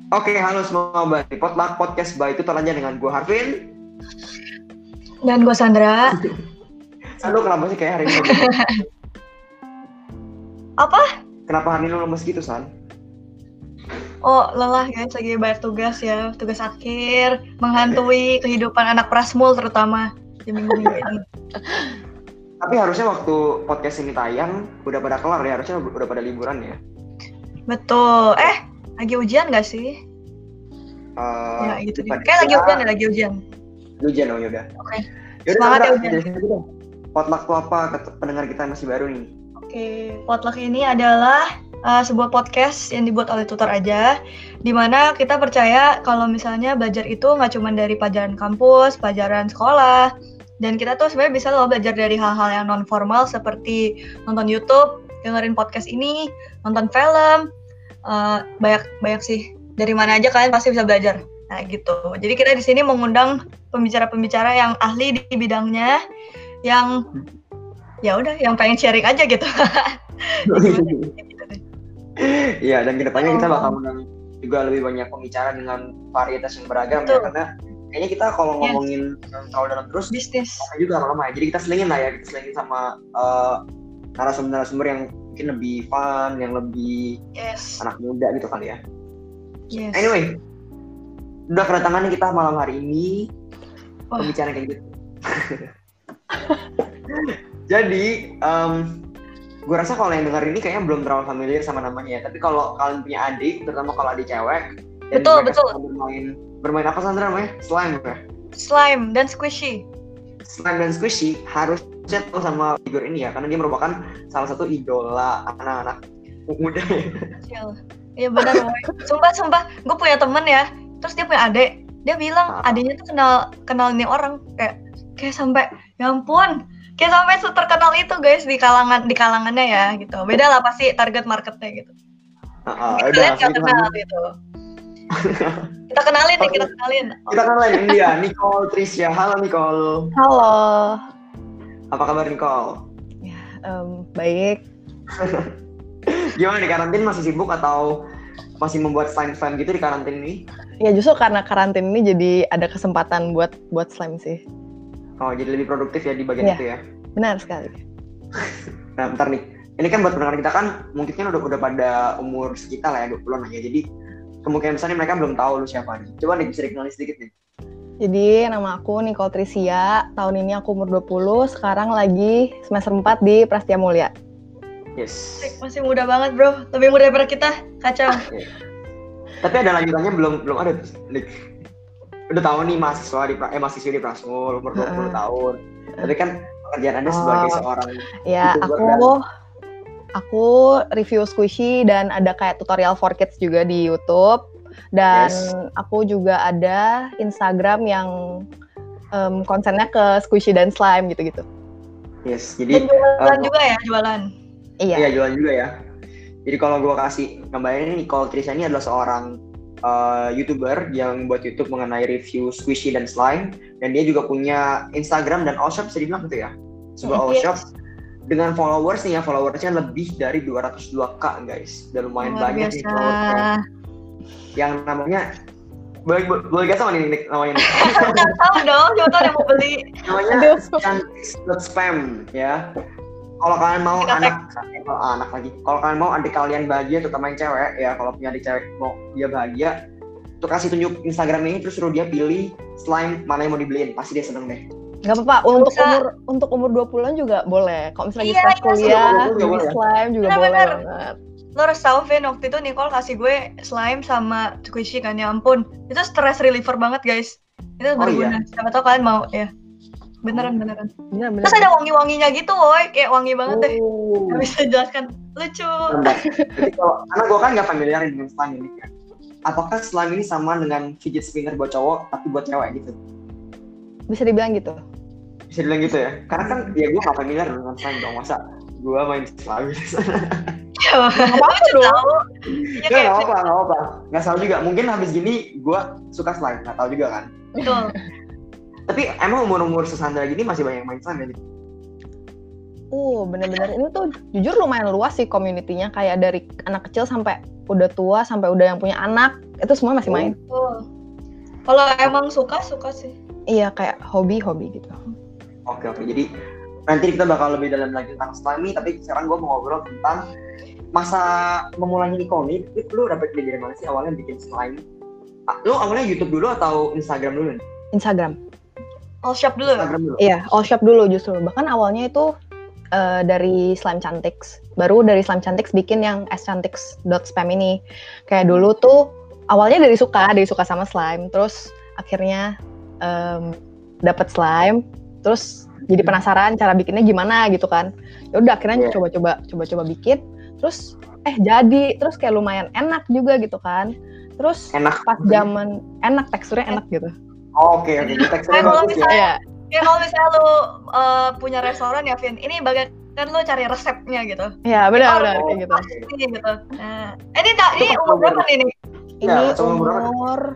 Oke, halo semua, di Potluck Podcast by Tutor aja dengan gue Harvin. Dan gue Sandra. Lu kenapa sih kayak hari ini? Apa? Kenapa hari ini lu lemes gitu, San? Oh, lelah guys, lagi banyak tugas ya, tugas akhir, menghantui kehidupan anak prasmul terutama di minggu-minggu ini. Tapi harusnya waktu podcast ini tayang, udah pada kelar ya, harusnya udah pada liburan ya. Betul. Lagi ujian gak sih? Ya gitu deh. Kayak lagi ujian. Ujian dong, yaudah. Oke. Yaudah, Semangat ya ujian. Potluck tuh apa? Pendengar kita masih baru nih. Oke, Potluck ini adalah sebuah podcast yang dibuat oleh Tutor aja, di mana kita percaya kalau misalnya belajar itu nggak cuma dari pelajaran kampus, pelajaran sekolah, dan kita tuh sebenarnya bisa loh belajar dari hal-hal yang non formal seperti nonton YouTube, dengerin podcast ini, nonton film, banyak sih. Dari mana aja kalian pasti bisa belajar. Nah gitu. Jadi kita di sini mengundang pembicara-pembicara yang ahli di bidangnya, yang ya udah, yang pengen sharing aja gitu. Iya, dan kedepannya kita bakal mengundang juga lebih banyak pembicara dengan varietas yang beragam ya, karena kayaknya kita kalau ngomongin terlalu dalam terus bisnis juga lama ya. Jadi kita selingin lah ya, kita selingin sama narasumber yang mungkin lebih fun, yang lebih anak muda gitu kali ya. Yes. Anyway, udah kedatangan kita malam hari ini pembicara kayak gitu. Jadi, gue rasa kalau yang dengar ini kayaknya belum terlalu familiar sama namanya ya. Tapi kalau kalian punya adik, terutama kalau adik cewek, betul. Bermain apa Sandra namanya? Slime ya? Slime dan squishy. Slime dan squishy harusnya tahu sama figur ini ya, karena dia merupakan salah satu idola anak-anak muda. Iya benar, sumpah, gue punya temen ya, terus dia punya adik, dia bilang adiknya tuh kenal ini orang, kayak sampai, ya ampun, kayak sampai terkenal itu guys di kalangannya ya gitu. Beda lah pasti target marketnya gitu. Kalian gak kenal gitu. Kita kenalin. Kita kenalin dia, Nicole Trisya. Halo Nicole. Halo. Apa kabar Nicole? Ya, baik. Gimana di karantin, masih sibuk atau masih membuat slime gitu di karantin ini? Ya justru karena karantin ini jadi ada kesempatan buat slime sih. Oh, jadi lebih produktif ya di bagian itu ya? Benar sekali. Nah, bentar nih. Ini kan buat pendengar kita kan mungkin kan udah pada umur sekitar lah ya, 20-an aja. Jadi kemungkinan besar mereka belum tahu lu siapa nih. Coba nih bisa dikenali sedikit nih. Jadi nama aku Nicole Trisya. Tahun ini aku umur 20, sekarang lagi semester 4 di Prastia Mulia. Yes. Masih muda banget bro, lebih muda daripada kita, kacau. Tapi ada lanjutannya belum ada tuh, Nick. Udah tahu nih mahasiswa di Prasmul umur 20 tahun. Tapi kan pekerjaan Anda sebagai seorang ya, aku review squishy dan ada kayak tutorial for kids juga di YouTube. Dan aku juga ada Instagram yang konsennya ke squishy dan slime gitu-gitu. Yes, jadi jualan juga ya, jualan. Iya, jualan juga ya. Jadi kalau gue kasih gambaran ini, Nicole Trisya ini adalah seorang YouTuber yang buat YouTube mengenai review squishy dan slime, dan dia juga punya Instagram dan all shop, bisa dibilang gitu ya, sebuah all shop dengan followersnya lebih dari 202k guys, udah lumayan banyak nih followers yang namanya boleh gak sama nih namanya? Tahu dong, coba tuh yang mau beli. Namanya Spam ya. Kalau kalian mau kalau kalian mau adik kalian bahagia, terutama yang cewek ya, kalau punya adik cewek mau dia bahagia, tuh kasih tunjuk Instagram ini, terus suruh dia pilih slime mana yang mau dibeliin, pasti dia seneng deh. Gak apa-apa, untuk umur 20-an juga boleh. Kalau misalnya lagi stres kuliah, beli slime juga boleh banget. Lo harus tahu, Vin, waktu itu Nicole kasih gue slime sama squishy kan, ya ampun, itu stress reliever banget guys. Itu berguna, siapa tahu kalian mau ya. Beneran. Terus ada wangi-wanginya gitu, woy, kayak wangi banget deh. Gak bisa jelaskan, lucu. Jadi karena gue kan gak familiar dengan slime ini kan. Apakah slime ini sama dengan fidget spinner buat cowok tapi buat cewek gitu? Bisa dibilang gitu. Bisa dibilang gitu ya? Karena kan ya gue gak familiar dengan slime dong, masa gue main slime gitu. Gak apa-apa dong. Gak apa-apa. Gak salah juga, mungkin habis gini gue suka slime, gak tahu juga kan. Betul. Tapi emang umur-umur Sandra gini masih banyak main slime ya? Bener-bener ini tuh jujur lumayan luas sih community-nya, kayak dari anak kecil sampai udah tua sampai udah yang punya anak, itu semua masih main. Kalau emang suka sih. Iya, kayak hobi gitu. Oke, jadi nanti kita bakal lebih dalam lagi tentang slime nih, tapi sekarang gue mau ngobrol tentang masa memulainya Nicole nih. Lu dapet ide dari mana sih awalnya bikin slime? Lu awalnya YouTube dulu atau Instagram dulu nih? Instagram. All Shop dulu? Instagram dulu? Iya, All Shop dulu justru. Bahkan awalnya itu dari Slime Cantiks. Baru dari Slime Cantiks bikin yang scantiks.spam ini. Kayak dulu tuh awalnya dari suka sama slime. Terus akhirnya dapet slime. Terus jadi penasaran cara bikinnya gimana gitu kan. Ya udah akhirnya coba bikin. Terus jadi. Terus kayak lumayan enak juga gitu kan. Terus enak. Pas zaman enak, teksturnya enak gitu. Oke. Teksturnya bagus ya. Ya kalau misalnya lu punya restoran ya Vin, ini bagian kan lu cari resepnya gitu. Iya benar kayak gitu. Gitu. Nah, ini umur berapa nih? Ini umur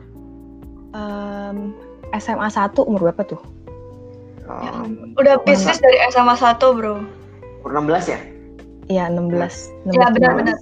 SMA 1 umur berapa tuh? Udah bisnis dari SMA 1 bro. Umur 16 ya? Iya 16. Iya benar.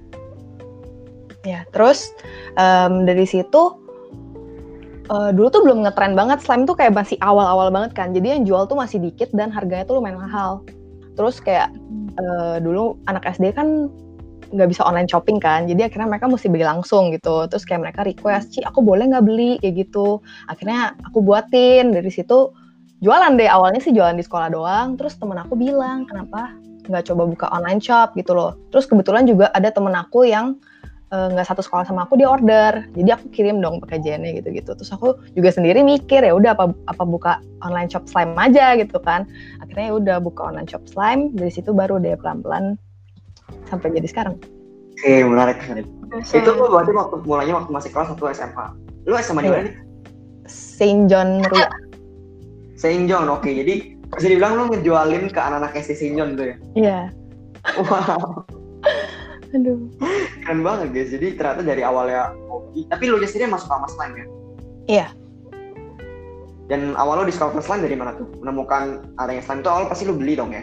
Ya terus dari situ dulu tuh belum ngetren banget, slime tuh kayak masih awal-awal banget kan, jadi yang jual tuh masih dikit dan harganya tuh lumayan mahal. Terus kayak dulu anak SD kan nggak bisa online shopping kan, jadi akhirnya mereka mesti beli langsung gitu. Terus kayak mereka request, Ci aku boleh nggak beli kayak gitu. Akhirnya aku buatin, dari situ jualan deh. Awalnya sih jualan di sekolah doang, terus temen aku bilang kenapa nggak coba buka online shop gitu loh. Terus kebetulan juga ada temen aku yang nggak satu sekolah sama aku, dia order, jadi aku kirim dong pakai JNE gitu. Terus aku juga sendiri mikir ya udah apa buka online shop slime aja gitu kan. Akhirnya ya udah buka online shop slime, dari situ baru deh pelan-pelan sampai jadi sekarang. Oke, menarik. Itu lu berarti mulainya waktu masih kelas 1 SMA. Lu SMA di mana nih? Saint John Meruya. Saint John, oke. Jadi bisa dibilang lu ngejualin ke anak-anak SD Saint John tuh ya? Iya. Wow. Aduh. Keren banget guys, jadi ternyata dari awalnya hobi, tapi lu sendiri masuk sama slime ya? Iya. Dan awal lo di Scouter Slime dari mana tuh? Menemukan adanya slime itu awal pasti lu beli dong ya?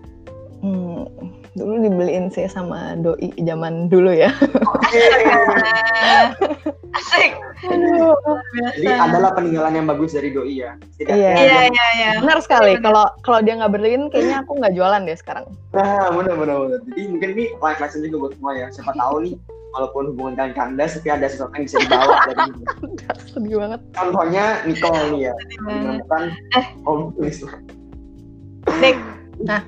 Dulu dibeliin sih sama doi zaman dulu ya. Asik. Jadi adalah peninggalan yang bagus dari doi ya? Iya. Benar sekali, kalau dia nggak beliin kayaknya aku nggak jualan deh sekarang. Nah, benar. Jadi mungkin ini life lesson juga buat semua ya. Siapa tahu nih, walaupun hubungan kalian kandas, tapi ada sesuatu yang bisa dibawa dari ini. Sedih banget. Contohnya Nicole nih ya, menemukan hobi Islam. Nick, nah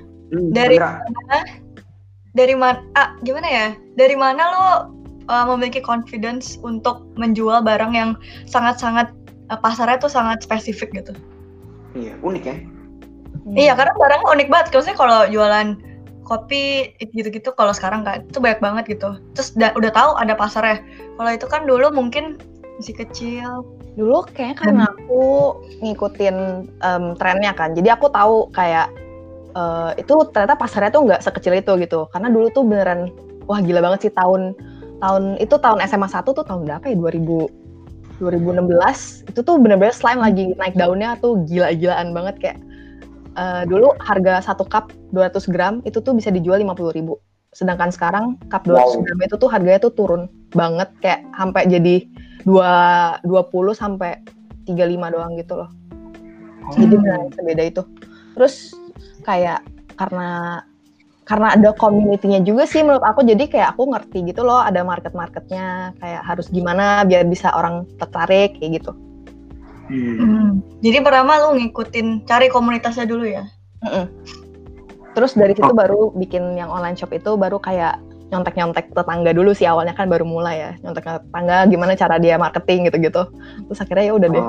dari mana lo memiliki confidence untuk menjual barang yang sangat-sangat pasarnya tuh sangat spesifik gitu? Iya, unik ya. Iya, karena barangnya unik banget. Maksudnya kalau jualan kopi gitu-gitu, kalau sekarang kan itu banyak banget gitu. Terus udah tahu ada pasarnya. Kalau itu kan dulu mungkin masih kecil. Dulu kayaknya karena aku ngikutin trennya kan. Jadi aku tahu kayak itu ternyata pasarnya tuh nggak sekecil itu gitu. Karena dulu tuh beneran wah gila banget sih tahun SMA 1 tuh tahun berapa ya? 2016 itu tuh bener-bener slime lagi naik daunnya tuh gila-gilaan banget kayak dulu harga 1 cup 200 gram itu tuh bisa dijual 50.000. Sedangkan sekarang cup 200 gram itu tuh harganya tuh turun banget kayak sampai jadi 20 sampai 35 doang gitu loh. Jadi benar sebeda itu. Terus kayak karena ada community-nya juga sih menurut aku, jadi kayak aku ngerti gitu loh ada market-marketnya kayak harus gimana biar bisa orang tertarik kayak gitu. Jadi pertama lu ngikutin cari komunitasnya dulu ya. Terus dari situ baru bikin yang online shop itu, baru kayak nyontek tetangga dulu sih awalnya kan, baru mulai ya nyontek tetangga gimana cara dia marketing gitu-gitu. Terus akhirnya ya udah deh.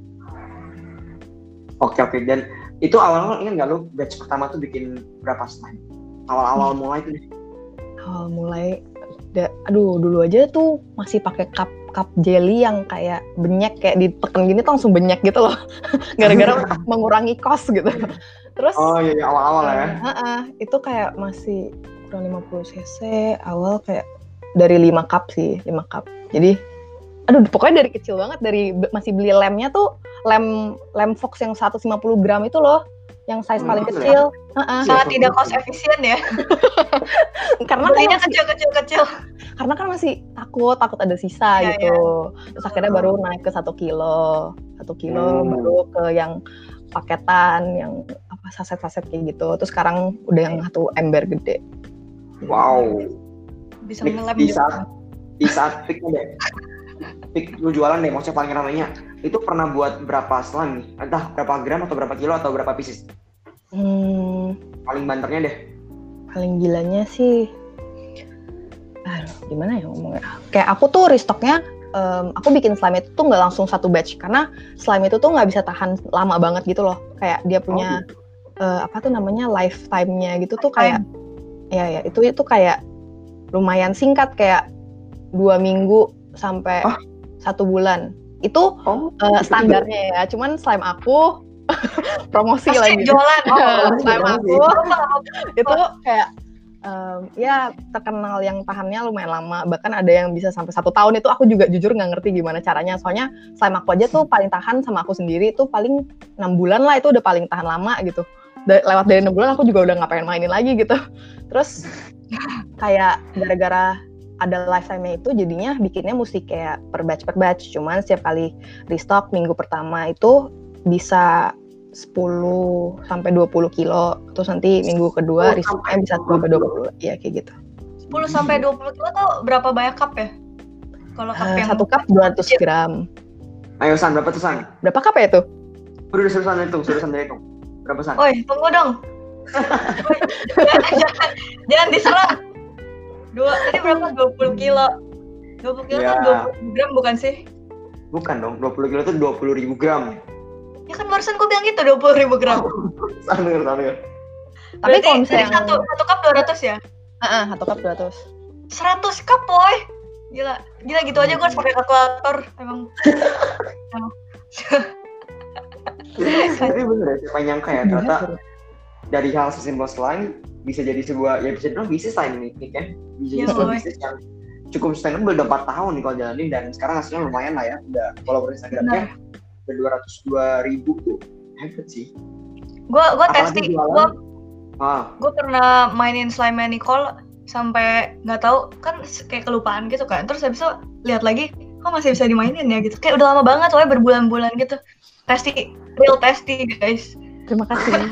Oke. Dan itu awal-awal ingat nggak lu batch pertama tuh bikin berapa slime? Awal-awal mulai tuh. Awal mulai, dulu aja tuh masih pakai cup jelly yang kayak benyek, kayak ditekan gini tuh langsung benyek gitu loh. Gara-gara mengurangi cost gitu. Terus iya awal-awal ya. Itu kayak masih kurang 50 cc awal, kayak dari 5 cup sih, 5 cup. Jadi pokoknya dari kecil banget, dari masih beli lemnya tuh lem Fox yang 150 gram itu loh, yang size paling kecil. Sangat tidak cost efisien ya. Karena belinya kecil. karena kan masih takut ada sisa gitu. Terus akhirnya baru naik ke 1 kilo baru ke yang paketan yang apa saset-saset kayak gitu. Terus sekarang udah yang 1 ember gede. Wow. Bisa ngelem di saat peaknya deh. Peak lu jualan deh, maksudnya paling ramainya. Itu pernah buat berapa slime nih? Entah berapa gram atau berapa kilo atau berapa pieces? Paling banternya deh. Paling gilanya sih, gimana ya ngomongnya? Kayak aku tuh restocknya, aku bikin slime itu tuh nggak langsung 1 batch karena slime itu tuh nggak bisa tahan lama banget gitu loh. Kayak dia punya apa tuh namanya lifetime-nya gitu tuh kayak, ya itu kayak lumayan singkat kayak 2 minggu sampai 1 bulan. Itu standarnya ya. Cuman slime aku promosi pasti lagi. Jualan. Slime aku itu kayak ya terkenal yang tahannya lumayan lama. Bahkan ada yang bisa sampai 1 tahun. Itu aku juga jujur nggak ngerti gimana caranya. Soalnya slime aku aja tuh paling tahan sama aku sendiri tuh paling 6 bulan lah, itu udah paling tahan lama gitu. Lewat dari 6 bulan aku juga udah nggak pengen mainin lagi gitu. Terus kayak gara-gara ada lifetime-nya itu jadinya bikinnya mesti kayak per batch. Cuman setiap kali restock minggu pertama itu bisa 10 sampai 20 kilo. Terus nanti minggu kedua restocknya bisa sampai 20. Iya kayak gitu. 10 sampai 20 kilo tuh berapa banyak cup ya? Kalau cup yang 1 cup 200 gram. Ayo San, berapa tuh San? Berapa cup ya itu? Udah suruh San hitung. Berapa San? Oi, tunggu dong. jangan diserang. Tadi berapa? 20 kilo. 20 kilo kan 20 gram bukan sih? Bukan dong, 20 kilo itu 20.000 gram. Ya kan barusan gue bilang gitu 20.000 gram. Sanur. Tapi kalau misalnya misalnya satu cup 200 ya? 1 cup 200. 100 cup boy. Gila gitu aja gue harus pakai kalkulator emang. Tapi bener ya, siapa nyangka ya ternyata dari hal sesimpel slime bisa jadi sebuah, ya bisa dibilang bisnis lain ini kan. Bisa jadi sebuah bisnis yang cukup sustainable, udah 4 tahun nih kalau jalanin, dan sekarang hasilnya lumayan lah ya. Udah follower Instagramnya udah 202.000 tuh, hebat sih. Gue testing, gue pernah mainin slime Nicole sampai nggak tahu kan kayak kelupaan gitu kan. Terus habis itu lihat lagi, kok masih bisa dimainin ya gitu. Kayak udah lama banget soalnya berbulan-bulan gitu. Real testy guys. Terima kasih.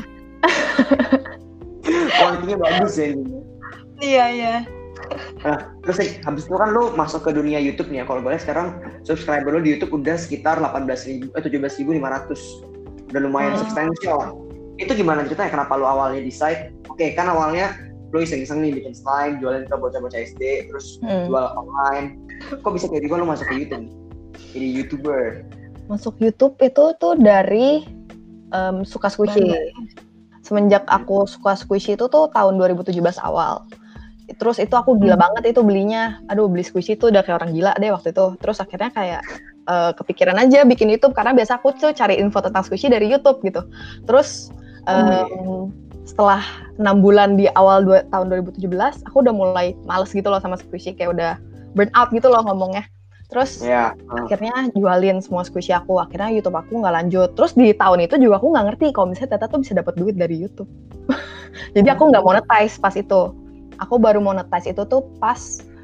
Kualitinya bagus ya. Iya. Nah, terus habis itu kan lu masuk ke dunia YouTube nih ya. Kalau boleh sekarang subscriber lu di YouTube udah sekitar 17.500. Udah lumayan substansial. Itu gimana ceritanya? Kenapa lu awalnya decide? Oke, kan awalnya lu iseng-iseng nih bikin slime, jualin ke bocah-bocah SD, terus jual online. Kok bisa kayak gitu lu masuk ke YouTube? Jadi YouTuber. Masuk YouTube itu tuh dari suka squishy. Semenjak aku suka squishy itu tuh tahun 2017 awal. Terus itu aku gila banget itu belinya. Aduh, beli squishy tuh udah kayak orang gila deh waktu itu. Terus akhirnya kayak kepikiran aja bikin YouTube karena biasa aku tuh cari info tentang squishy dari YouTube gitu. Terus setelah 6 bulan di awal tahun 2017, aku udah mulai males gitu loh sama squishy, kayak udah burn out gitu loh ngomongnya. Terus akhirnya jualin semua squishy aku. Akhirnya YouTube aku nggak lanjut. Terus di tahun itu juga aku nggak ngerti kalau misalnya Tata tuh bisa dapat duit dari YouTube. Jadi aku nggak monetize pas itu. Aku baru monetize itu tuh pas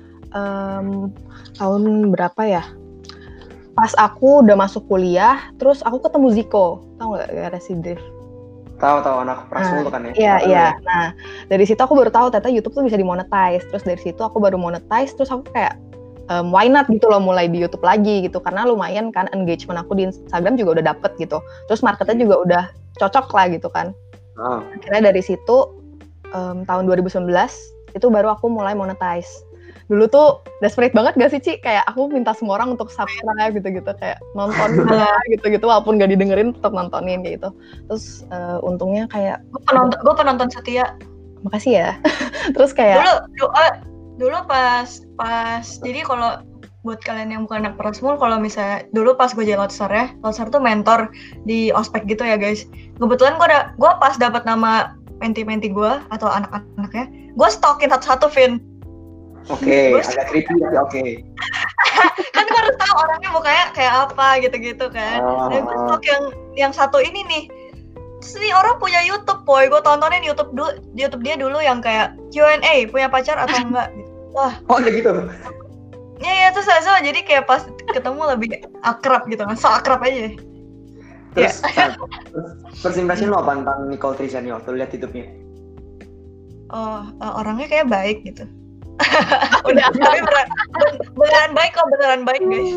tahun berapa ya? Pas aku udah masuk kuliah, terus aku ketemu Ziko. Tahu nggak gara si Dev? Tahu anak Prasmul kan ya? Iya. Nah, dari situ aku baru tahu ternyata YouTube tuh bisa dimonetize. Terus dari situ aku baru monetize. Terus aku kayak why not gitu loh mulai di YouTube lagi gitu, karena lumayan kan engagement aku di Instagram juga udah dapet gitu, terus marketnya juga udah cocok lah gitu kan. Akhirnya dari situ tahun 2019 itu baru aku mulai monetize. Dulu tuh desperate banget gak sih Ci, kayak aku minta semua orang untuk subscribe gitu-gitu, kayak nonton gitu-gitu walaupun gak didengerin tetap nontonin gitu. Terus untungnya kayak gue penonton setia. Makasih ya. Terus kayak dulu pas jadi kalau buat kalian yang bukan anak Prasmul, kalau misalnya dulu pas gue jadi Lotsar tuh mentor di ospek gitu ya guys. Kebetulan gue pas dapat nama menti-menti gue atau anak-anaknya, gue stalkin satu-satu, Vin. Oke, agak creepy tapi oke. Kan gue harus tahu orangnya mukanya kayak apa gitu-gitu kan. Dan gue stalk yang satu ini nih. Terus nih orang punya YouTube, boy. Gue tontonin YouTube dia dulu yang kayak Q&A, punya pacar atau enggak gitu. Wah, Oh ya gitu. ya itu sama jadi kayak pas ketemu lebih akrab gitu kan, so akrab aja. Terus first impression lo apa tentang Nicole Trisani waktu lihat YouTube-nya? Oh, orangnya kayak baik gitu. Udah, tapi beneran baik kok, beneran baik guys.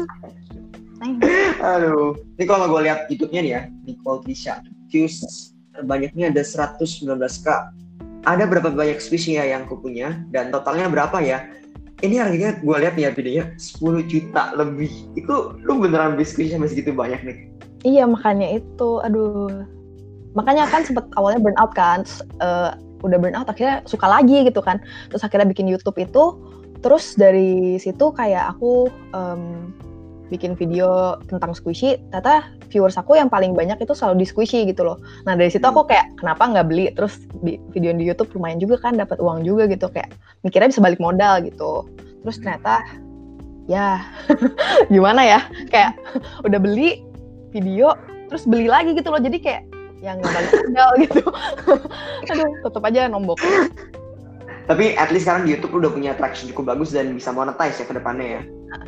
Aduh, ini kalau gue lihat YouTube-nya nih ya, Nicole Trisha, views terbanyaknya ada 119k. Ada berapa banyak squishy ya yang aku punya dan totalnya berapa ya? Ini harganya gue lihat nih ya videonya 10 juta lebih. Itu lu beneran beli squishy sampai segitu banyak nih? Iya, makanya itu, aduh. Makanya kan sempet awalnya burn out kan, udah burn out akhirnya suka lagi gitu kan. Terus akhirnya bikin YouTube itu, terus dari situ kayak aku bikin video tentang squishy, ternyata viewers aku yang paling banyak itu selalu di squishy gitu loh. Nah dari situ aku kayak kenapa nggak beli, terus video di YouTube lumayan juga kan, dapat uang juga gitu, kayak mikirnya bisa balik modal gitu. Terus ternyata ya gimana ya, kayak udah beli video terus beli lagi gitu loh, jadi kayak ya nggak balik modal gitu. Aduh, tetap aja nombok. Tapi at least sekarang di YouTube udah punya traction cukup bagus dan bisa monetize ya ke depannya ya.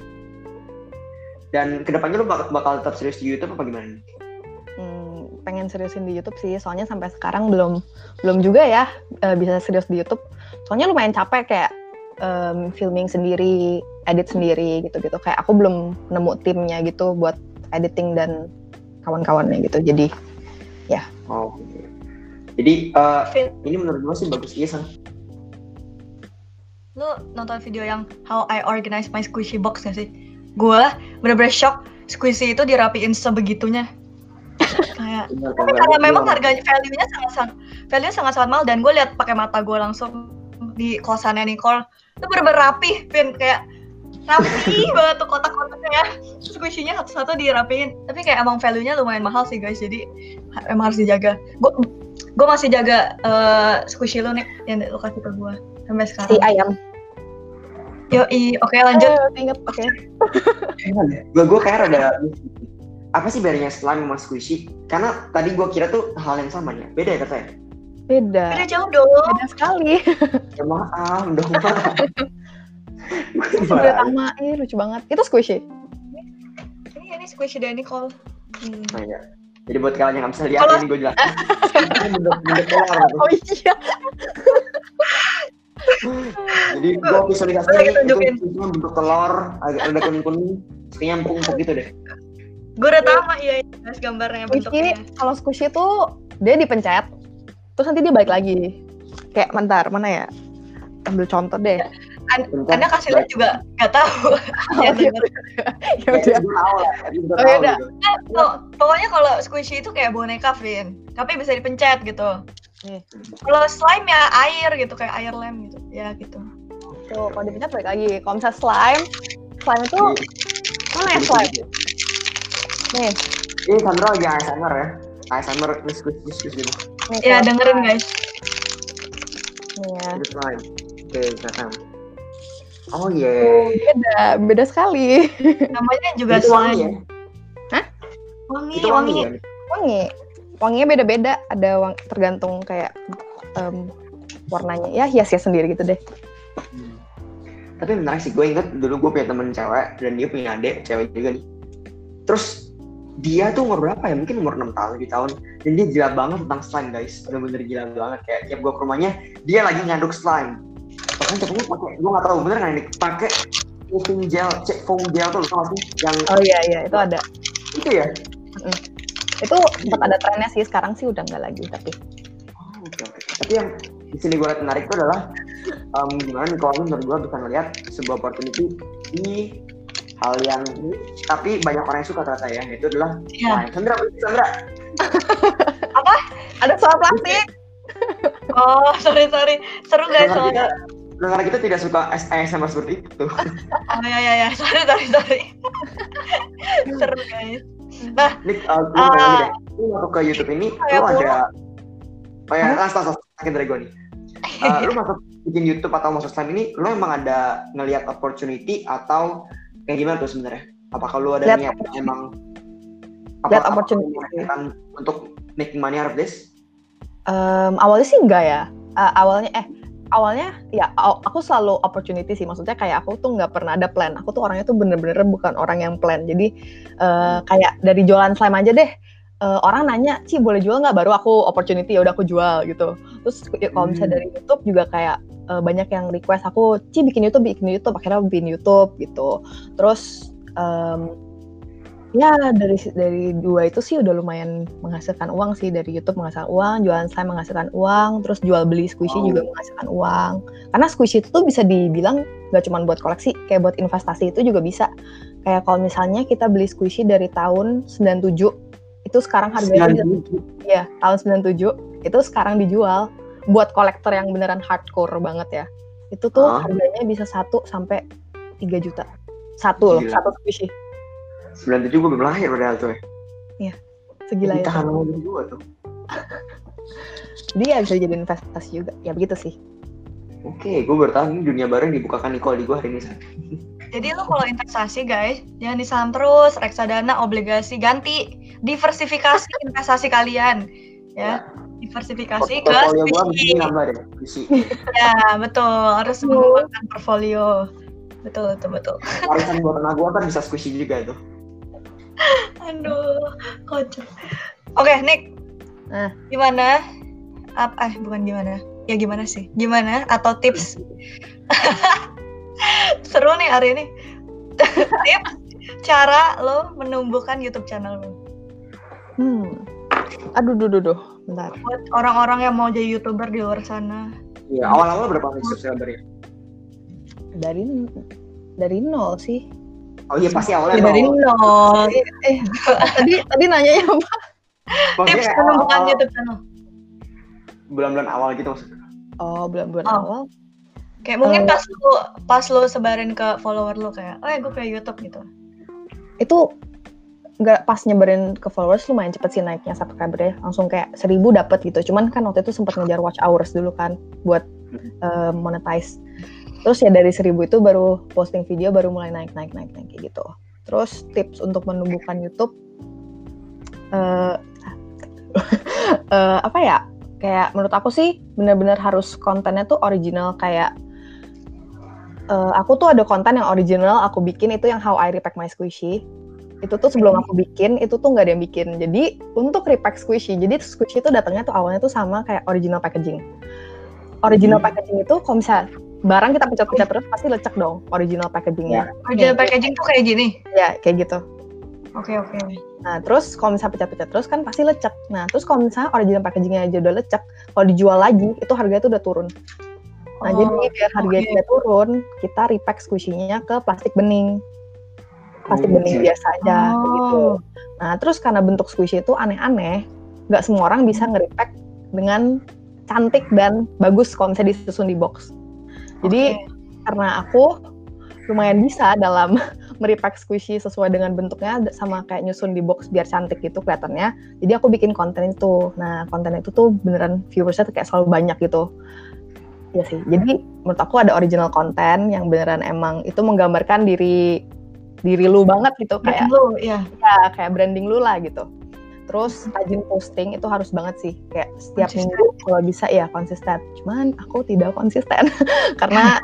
Dan kedepannya lu bakal tetap serius di YouTube apa gimana nih? Pengen seriusin di YouTube sih, soalnya sampai sekarang belum juga ya bisa serius di YouTube. Soalnya lumayan capek kayak filming sendiri, edit sendiri gitu-gitu. Kayak aku belum nemu timnya gitu buat editing dan kawan-kawannya gitu. Jadi ya. Oh. Jadi ini menurut gue sih bagus iya Sang. Lu nonton video yang How I Organize My Squishy Box gak sih? Gue bener-bener shock squishy itu dirapiin sebegitunya. Kayak tapi karena memang harganya value-nya sangat mahal dan gue lihat pakai mata gue langsung di kosannya Nicole itu bener-bener rapi, Vin, kayak rapi banget tuh kotak-kotaknya ya. Squishy-nya satu-satu dirapiin. Tapi kayak emang value-nya lumayan mahal sih guys, jadi emang harus dijaga. Gue masih jaga squishy lu nih yang lu kasih ke gue sampai sekarang. Si ayam. Yoi, oke lanjut. Ingat, oke. Gue kayak ada apa sih bedanya slime sama squishy? Karena tadi gue kira tuh hal yang sama ya. Beda ya katanya? Beda Jauh dong. Beda sekali. Ya maaf dong. Udah sama, lucu banget. Itu squishy. Ini squishy dari Nicole. Oh, iya. Jadi buat kalian yang nggak bisa lihat ini gue jelasin. Ini bentuk telur. Oh iya. Jadi gue visualisasinya itu bentuk telur, agak kuning-kuning, kayaknya empuk-empuk gitu deh. Gue udah tahu iya gambarnya bentuknya. Kalau squishy tuh dia dipencet, terus nanti dia balik lagi. Kayak bentar, mana ya? Ambil contoh deh. Anda kasih lihat juga nggak tahu. Ya udah. Pokoknya kalau squishy itu kayak boneka, Vin. Tapi bisa dipencet gitu. Kalau slime ya air gitu, kayak air lem gitu. Ya gitu. Tuh, kalau dipencet balik lagi. Kalau misalnya slime itu mana ya slime? Nih. Ini Sandra lagi ASMR ya. ASMR squishy gitu. Ya dengerin guys. Nih ya. Slime. Oke, kelihatan. Oh iya. Yeah. Beda sekali. Namanya juga itu wangi ya? Hah? Wangi. Wanginya beda-beda. Ada tergantung kayak warnanya. Ya hias-hias sendiri gitu deh. Tapi menarik sih. Gue inget dulu gue punya temen cewek dan dia punya adik cewek juga nih. Terus dia tuh umur berapa ya? Mungkin umur 6 tahun, 7 tahun. Dan dia gila banget tentang slime guys. Bener-bener gila banget. Kayak tiap gue ke rumahnya dia lagi ngaduk slime. Bahkan cepetnya pakai, gue nggak tahu bener nggak nih, pakai foam gel tuh, tau sih? Yang oh iya itu ada. Itu ya? Itu sempat ada trennya sih, sekarang sih udah nggak lagi tapi. Oh, okay. Tapi yang di sini gue lihat menarik itu adalah gimana nih kalau menurut gue bisa ngelihat sebuah opportunity di hal yang tapi banyak orang yang suka ternyata ya, itu adalah Sandra. Apa? Ada soal plastik. Oh, sorry. Seru guys soalnya. Dengar kita tidak suka ASMR seperti itu. Oh ya. Sorry. Seru guys. Nah, Nick, lu masuk ke YouTube ini, lu ada sakit dari gue nih. Lu masuk bikin YouTube atau masuk slime ini, lu emang ada ngelihat opportunity atau kayak gimana tuh sebenarnya? Apakah lu ada niat emang lihat opportunity untuk making money out of this? Awalnya sih enggak ya. awalnya ya aku selalu opportunity sih, maksudnya kayak aku tuh nggak pernah ada plan. Aku tuh orangnya tuh bener-bener bukan orang yang plan. Jadi kayak dari jualan slime aja deh. Orang nanya, Ci boleh jual nggak? Baru aku opportunity, ya udah aku jual gitu. Terus kalau misalnya dari YouTube juga kayak banyak yang request aku, Ci bikin YouTube, akhirnya bikin YouTube gitu. Terus ya dari dua itu sih udah lumayan menghasilkan uang sih. Dari YouTube menghasilkan uang, jualan slime menghasilkan uang, terus jual beli squishy juga menghasilkan uang. Karena squishy itu tuh bisa dibilang gak cuma buat koleksi, kayak buat investasi itu juga bisa. Kayak kalau misalnya kita beli squishy dari tahun 97, itu sekarang harganya ya tahun 97 itu sekarang dijual buat kolektor yang beneran hardcore banget ya. Itu tuh harganya bisa 1 sampai 3 juta. Satu squishy. 97 gue belum lahir padahal tuh ya. Iya, segila itu. Ya. Kita ngomongin gue tuh. Dia bisa jadi investasi juga, ya begitu sih. Oke, gue bertahan dunia baru yang dibukakan Nicole di gue hari ini. Jadi lo kalau investasi guys, jangan di saham terus, reksadana, obligasi, ganti, diversifikasi investasi kalian, ya. Diversifikasi ke squishy. Ya, betul, harus mengembangkan portfolio. Betul. Warisan buat anak gue kan bisa squishy juga tuh. Aduh, kocak. Oke, Nick. Gimana? Bukan gimana. Ya gimana sih? Gimana? Atau tips? Seru nih hari ini. Tips cara lo menumbuhkan YouTube channel lo. Aduh, bentar. Buat orang-orang yang mau jadi YouTuber di luar sana. Iya, awal-awal berapa nih subscribernya? Dari nol sih. Oh iya, pasti awalnya dari nol. Tadi nanyanya apa? Tips menumbuhkan YouTube channel. Bulan-bulan awal gitu maksudnya. Oh, bulan-bulan awal. Kayak mungkin pas lo sebarin ke follower lo kayak, gue kayak YouTube gitu. Itu nggak pas nyebarin ke followers lumayan cepet sih naiknya subscribernya, langsung kayak 1,000 dapet gitu. Cuman kan waktu itu sempat ngejar watch hours dulu kan buat monetize. Terus ya dari 1,000 itu baru posting video baru mulai naik kayak gitu. Terus tips untuk menumbuhkan YouTube apa ya? Kayak menurut aku sih benar-benar harus kontennya tuh original. Kayak aku tuh ada konten yang original aku bikin, itu yang how I repack my squishy. Itu tuh sebelum aku bikin, itu tuh nggak ada yang bikin. Jadi untuk repack squishy, jadi squishy itu datangnya tuh awalnya tuh sama kayak original packaging. Original packaging itu kalau misalnya barang kita pencet-pencet terus pasti lecek dong original packagingnya. Original packaging tuh kayak gini? Ya, kayak gitu. Oke. Nah, terus kalau misalnya pencet-pencet terus kan pasti lecek. Nah, terus kalau misalnya original packagingnya aja udah lecek, kalau dijual lagi, itu harganya tuh udah turun. Nah, jadi biar harganya tidak turun, kita repack squishy-nya ke plastik bening. Plastik bening biasa aja, gitu. Nah, terus karena bentuk squishy itu aneh-aneh, nggak semua orang bisa nge-repack dengan cantik dan bagus kalau misalnya disusun di box. Jadi karena aku lumayan bisa dalam merepack squishy sesuai dengan bentuknya sama kayak nyusun di box biar cantik gitu kelihatannya. Jadi aku bikin konten itu. Nah, konten itu tuh beneran viewersnya tuh kayak selalu banyak gitu. Iya sih. Jadi menurut aku ada original konten yang beneran emang itu menggambarkan diri lu banget gitu, kayak lu, ya kayak branding lu lah gitu. Terus rajin posting itu harus banget sih, kayak setiap minggu kalau bisa ya konsisten. Cuman aku tidak konsisten karena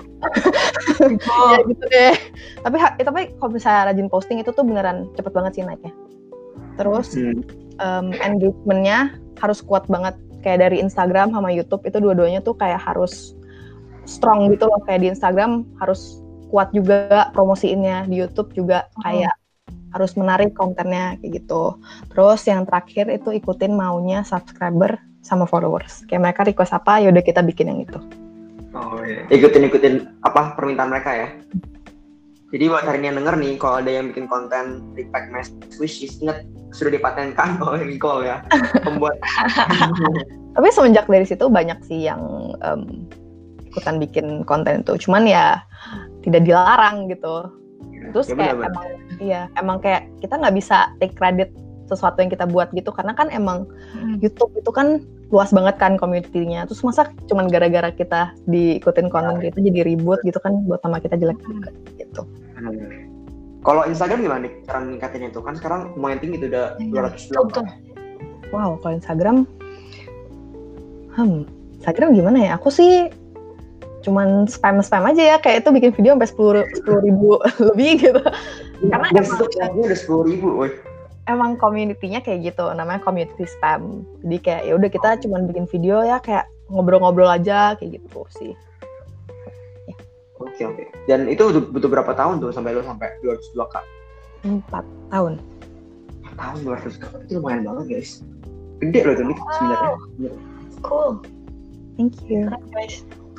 ya gitu deh. Tapi kalau misalnya rajin posting itu tuh beneran cepet banget sih naiknya. Terus engagement-nya harus kuat banget, kayak dari Instagram sama YouTube itu dua-duanya tuh kayak harus strong gitu loh. Kayak di Instagram harus kuat juga promosiinnya, di YouTube juga kayak harus menarik kontennya kayak gitu. Terus yang terakhir itu ikutin maunya subscriber sama followers. Kayak mereka request apa, yaudah kita bikin yang itu. Oh iya. Ikutin apa permintaan mereka ya. Jadi buat hari ini yang denger nih, kalau ada yang bikin konten repack my squishy, ingat sudah dipatenkan oleh Nicole ya, pembuat. Tapi semenjak dari situ banyak sih yang ikutan bikin konten itu. Cuman ya tidak dilarang gitu. Terus ya, kayak emang kayak kita nggak bisa take credit sesuatu yang kita buat gitu, karena kan emang YouTube itu kan luas banget kan community-nya. Terus masa cuman gara-gara kita diikutin konten kita jadi ribut gitu kan, buat nama kita jelek gitu. Kalau Instagram gimana nih cara meningkatin itu? Kan sekarang lumayan tinggi tuh, udah 200 Wow, kalau Instagram Instagram gimana ya? Aku sih cuman spam aja ya, kayak itu bikin video sampai 10.000 lebih gitu. Karena udah 10.000, woy. Emang community-nya kayak gitu, namanya community spam. Jadi kayak ya udah kita cuman bikin video ya kayak ngobrol-ngobrol aja kayak gitu sih. Ya. Oke. Dan itu butuh berapa tahun tuh sampai 202K? 4 tahun. 4 tahun 200K itu lumayan banget guys. Gede loh tuh sebenarnya. Cool. Thank you. Guys.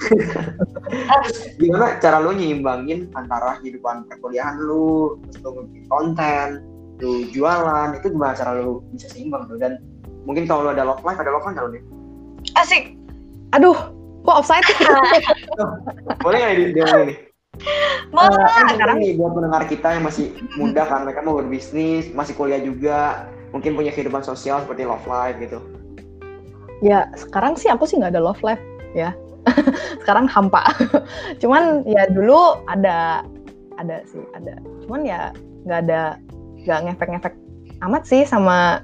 Gimana cara lu nyimbangin antara kehidupan perkuliahan lu, terus lu bikin konten, lu jualan, itu gimana cara lu bisa seimbang tuh? Dan mungkin kalau lu ada love life kalau nih? Asik. Aduh, kok offside? Boleh nggak diomongin nih? Sekarang nih buat pendengar kita yang masih muda kan, mereka mau berbisnis, masih kuliah juga, mungkin punya kehidupan sosial seperti love life gitu. Ya sekarang sih aku sih nggak ada love life ya. Sekarang hampa. Cuman ya dulu ada. Cuman ya nggak ngefek amat sih sama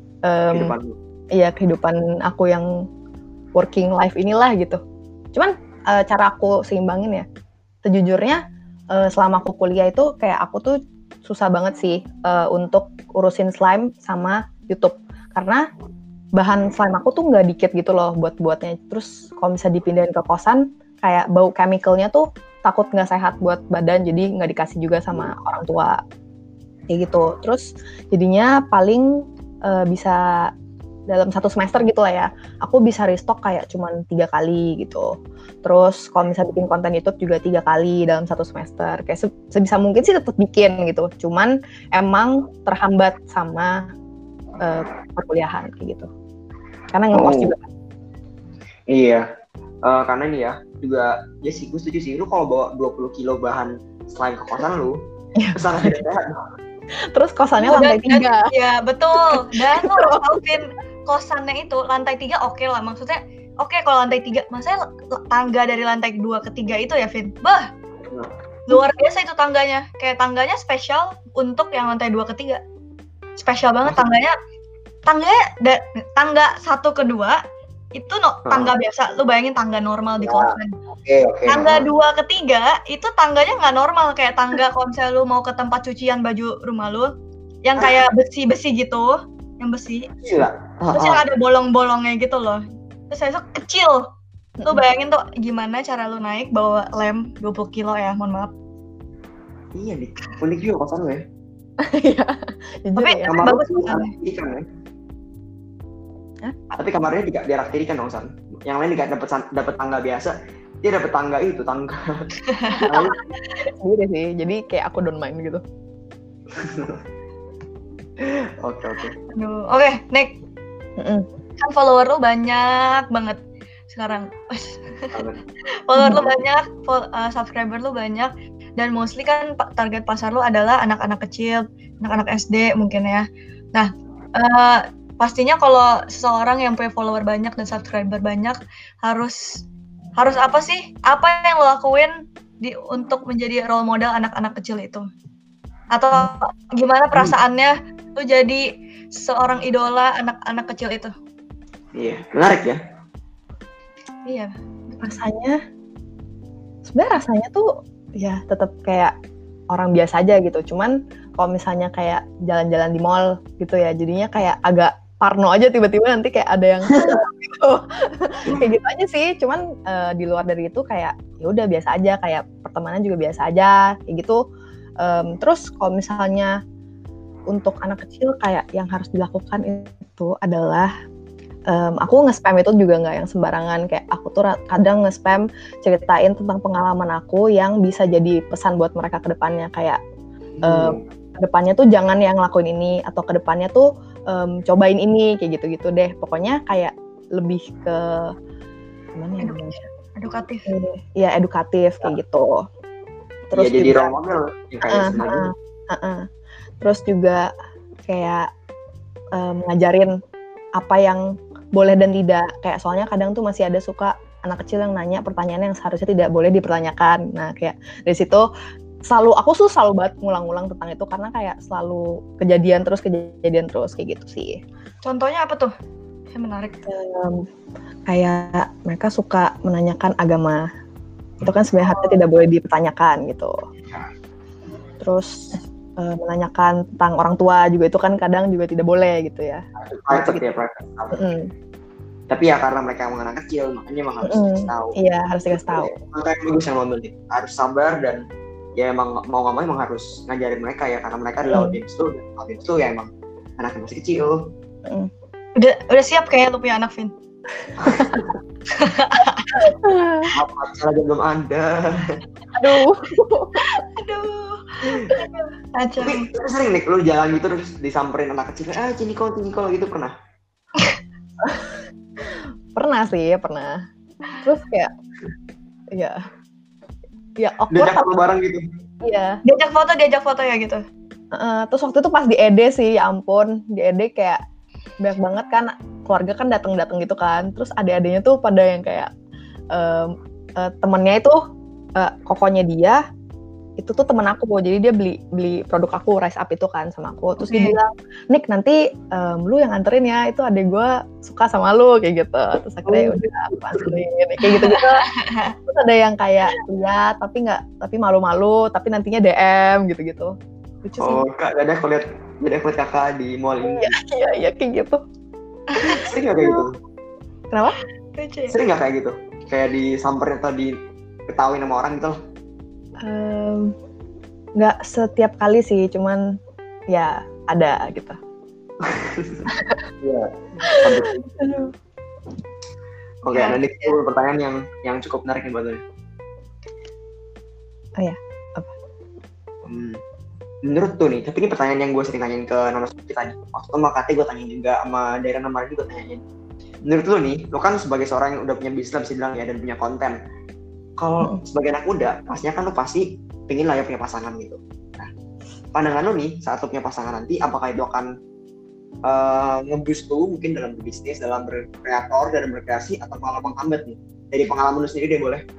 kehidupan aku yang working life inilah gitu. Cuman cara aku seimbangin ya, sejujurnya selama aku kuliah itu kayak aku tuh susah banget sih untuk urusin slime sama YouTube, karena bahan slime aku tuh nggak dikit gitu loh buatnya. Terus kalau bisa dipindahin ke kosan, kayak bau chemicalnya tuh takut nggak sehat buat badan, jadi nggak dikasih juga sama orang tua kayak gitu. Terus jadinya paling bisa dalam 1 semester gitu lah ya, aku bisa restock kayak cuman 3 kali gitu. Terus kalau misalnya bikin konten YouTube juga 3 kali dalam 1 semester. Kayak sebisa mungkin sih tetap bikin gitu, cuman emang terhambat sama perkuliahan kayak gitu. Karena ngekos juga. Iya, karena ini ya juga, ya sih gue setuju sih, lu kalau bawa 20 kilo bahan slime ke kosan lu, sangat tidak sehat. Terus kosannya lantai 3. Ya betul. Dan lu harus tahu, Vin, kosannya itu lantai 3 oke lah, maksudnya oke kalau lantai 3, maksudnya tangga dari lantai 2 ke 3 itu ya, Vin, luar biasa itu tangganya, kayak tangganya spesial untuk yang lantai 2 ke 3, spesial banget tangganya tangga 1 ke 2 itu tangga biasa, lu bayangin tangga normal di kosan. Okay. Tangga 2 ke 3 itu tangganya nggak normal, kayak tangga kalau misalnya lu mau ke tempat cucian baju rumah lu yang kayak besi gitu, yang besi. Gila. Terus yang ada bolong-bolongnya gitu loh. Terus saya kecil. Lu bayangin tuh gimana cara lu naik bawa lem 20 kilo ya, mohon maaf. Iya nih, unik juga kosan lu ya. Iya. Tapi bagus kosannya. Ikan ya. Tapi kamarnya diarak-tirikan dong, San. Yang lain dapat tangga biasa, dia dapat tangga. Sendiri sih, jadi kayak aku don't mind gitu. Oke. Oke, Nick. Kan follower lu banyak banget sekarang. Follower lu banyak, subscriber lu banyak, dan mostly kan target pasar lu adalah anak-anak kecil, anak-anak SD mungkin ya. Nah, pastinya kalau seseorang yang punya follower banyak dan subscriber banyak harus apa sih? Apa yang lo lakuin untuk menjadi role model anak-anak kecil itu? Atau gimana perasaannya lo jadi seorang idola anak-anak kecil itu? Iya, menarik ya. Iya. Rasanya tuh ya tetap kayak orang biasa aja gitu. Cuman kalau misalnya kayak jalan-jalan di mall gitu ya, jadinya kayak agak parno aja, tiba-tiba nanti kayak ada yang gitu. Kayak gitu aja sih. Cuman di luar dari itu kayak ya udah biasa aja, kayak pertemanan juga biasa aja kayak gitu. Terus kalau misalnya untuk anak kecil kayak yang harus dilakukan itu adalah aku nge-spam itu juga nggak yang sembarangan. Kayak aku tuh kadang nge-spam ceritain tentang pengalaman aku yang bisa jadi pesan buat mereka ke depannya, kayak kedepannya tuh jangan yang ngelakuin ini, atau kedepannya tuh cobain ini, kayak gitu-gitu deh. Pokoknya kayak lebih ke gimana ya? Edukatif. Iya, edukatif kayak gitu. Terus ya, jadi role model kayak Terus juga kayak ngajarin apa yang boleh dan tidak. Kayak soalnya kadang tuh masih ada suka anak kecil yang nanya pertanyaan yang seharusnya tidak boleh dipertanyakan. Nah, kayak dari situ aku selalu banget ngulang-ngulang tentang itu, karena kayak selalu kejadian terus kayak gitu sih. Contohnya apa tuh? Yang menarik. Kayak mereka suka menanyakan agama itu kan sebenarnya harta tidak boleh dipertanyakan gitu. Terus menanyakan tentang orang tua juga itu kan kadang juga tidak boleh gitu ya. Private ya, private. Tapi ya karena mereka emang anak kecil, makanya emang harus dikasih tahu. Iya, harus dikasih tahu. Makanya bagus yang lo ambil nih. Harus sabar dan ya emang mau nggak mau emang harus ngajarin mereka ya, karena mereka adalah audiens tuh ya emang anaknya masih kecil. Udah siap kayak lu punya anak, Vin? Apa salah belum ada. Aduh. Tapi sering nih lu jalan gitu terus disamperin anak kecil, cinikol gitu pernah? Pernah. Terus kayak ya awkward. Diajak foto bareng gitu. Iya. Diajak foto ya gitu. Terus waktu itu pas di ED sih, ya ampun, di ED kayak banyak banget kan keluarga kan datang gitu kan. Terus adik-adiknya tuh pada yang kayak temennya itu kokonya dia itu tuh temen aku, jadi dia beli produk aku Rise Up itu kan sama aku. Terus dia bilang, Nick nanti lu yang anterin ya, itu adek gue suka sama lu kayak gitu. Terus akhirnya udah aku anterin kayak gitu. Terus ada yang kayak iya tapi malu-malu, tapi nantinya DM gitu. Lucu sih. Kak, ada aku lihat kakak di mall ini. Iya kayak gitu. Sering nggak kayak gitu? Kenapa? Sering nggak kayak gitu? Kayak disamperin atau diketawain sama orang gitu? Nggak setiap kali sih, cuman ya ada gitu. Iya. Oke, nanti pertanyaan yang cukup menarik nih buat lo. Oh ya, apa? Menurut tuh nih, tapi ini pertanyaan yang gue sering tanyain ke narasumber kita nih. Waktu sama Kati gue tanyain juga, sama Daerah Namar juga tanyain. Menurut lo nih, lo kan sebagai seorang yang udah punya bisnis bisa bilang ya, dan punya konten. Kalau sebagai anak muda, pastinya kan lo pasti pengen lah ya punya pasangan gitu. Nah, pandangan lo nih saat lo punya pasangan nanti, apakah itu akan nge-boost lo mungkin dalam berbisnis, dalam berkreator, dalam berkreasi, atau malah menghambat nih? Dari pengalaman lo sendiri deh boleh.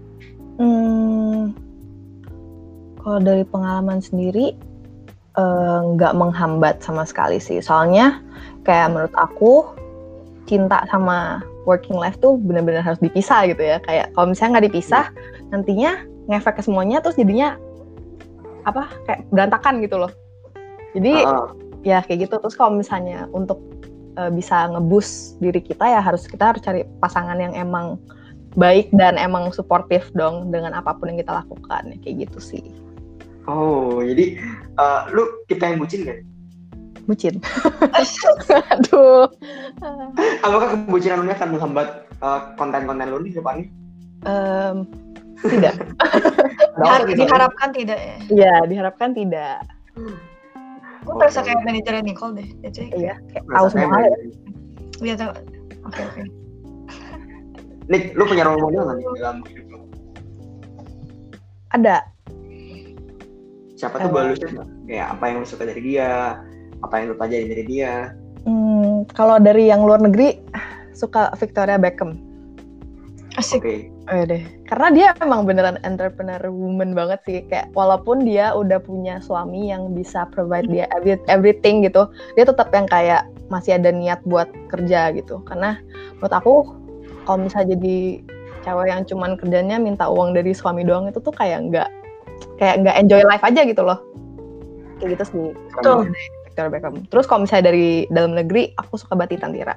Kalau dari pengalaman sendiri nggak menghambat sama sekali sih. Soalnya kayak menurut aku cinta sama working life tuh benar-benar harus dipisah gitu ya. Kayak kalau misalnya nggak dipisah, nantinya ngefek ke semuanya, terus jadinya kayak berantakan gitu loh. Jadi ya kayak gitu. Terus kalau misalnya untuk bisa nge-boost diri kita ya kita harus cari pasangan yang emang baik dan emang suportif dong dengan apapun yang kita lakukan, kayak gitu sih. Oh, jadi lu kita yang bucin kan? Bucin. Aduh. Apakah kebucinan lu akan menghambat konten-konten lu di depannya? Tidak. Diharapkan tidak ya? Iya, diharapkan tidak. Gue terasa kayak manajernya Nicole deh. Iya, kayak tahu semua hal ya. Iya tahu. Oke. Nick, lu punya role model nggak dalam hidup lu? Ada. Siapa tuh balusnya? Kayak apa yang lu suka dari dia? Apa yang lu pelajarin dari dia? Kalau dari yang luar negeri, suka Victoria Beckham. Asik. Okay. Oh deh, karena dia emang beneran entrepreneur woman banget sih. Kayak walaupun dia udah punya suami yang bisa provide dia everything gitu, dia tetap yang kayak masih ada niat buat kerja gitu. Karena menurut aku, kalau misalnya jadi cewek yang cuman kerjanya minta uang dari suami doang, itu tuh kayak nggak enjoy life aja gitu loh. Kayak gitu sih. Betul. Victoria Beckham. Terus kalau misalnya dari dalam negeri, aku suka banget Ethan Tira.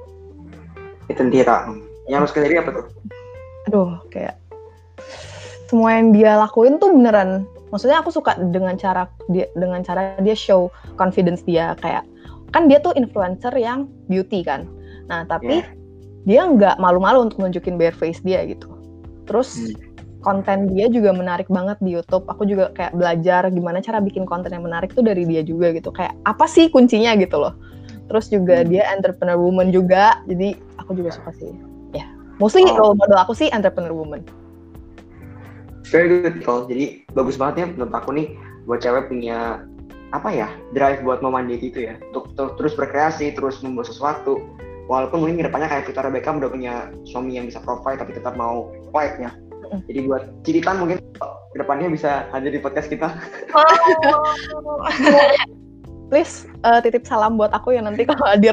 Yang lu suka dari apa tuh? Aduh, kayak semua yang dia lakuin tuh beneran. Maksudnya aku suka dengan cara dia show confidence dia, kayak kan dia tuh influencer yang beauty kan. Nah, tapi dia nggak malu-malu untuk nunjukin bare face dia gitu. Terus konten dia juga menarik banget di YouTube. Aku juga kayak belajar gimana cara bikin konten yang menarik tuh dari dia juga gitu. Kayak apa sih kuncinya gitu loh. Terus juga dia entrepreneur woman juga. Jadi aku juga suka sih. Ya, mostly role model aku sih entrepreneur woman. Very good, Nicole. Jadi bagus banget ya menurut aku nih buat cewek punya drive buat memandiri itu ya. Untuk terus berkreasi, terus membuat sesuatu. Walaupun mungkin kedepannya kayak Victoria Beckham udah punya suami yang bisa provide tapi tetap mau fight ya. Jadi buat Ciritan mungkin kedepannya bisa hadir di podcast kita. Please titip salam buat aku ya nanti kalau hadir.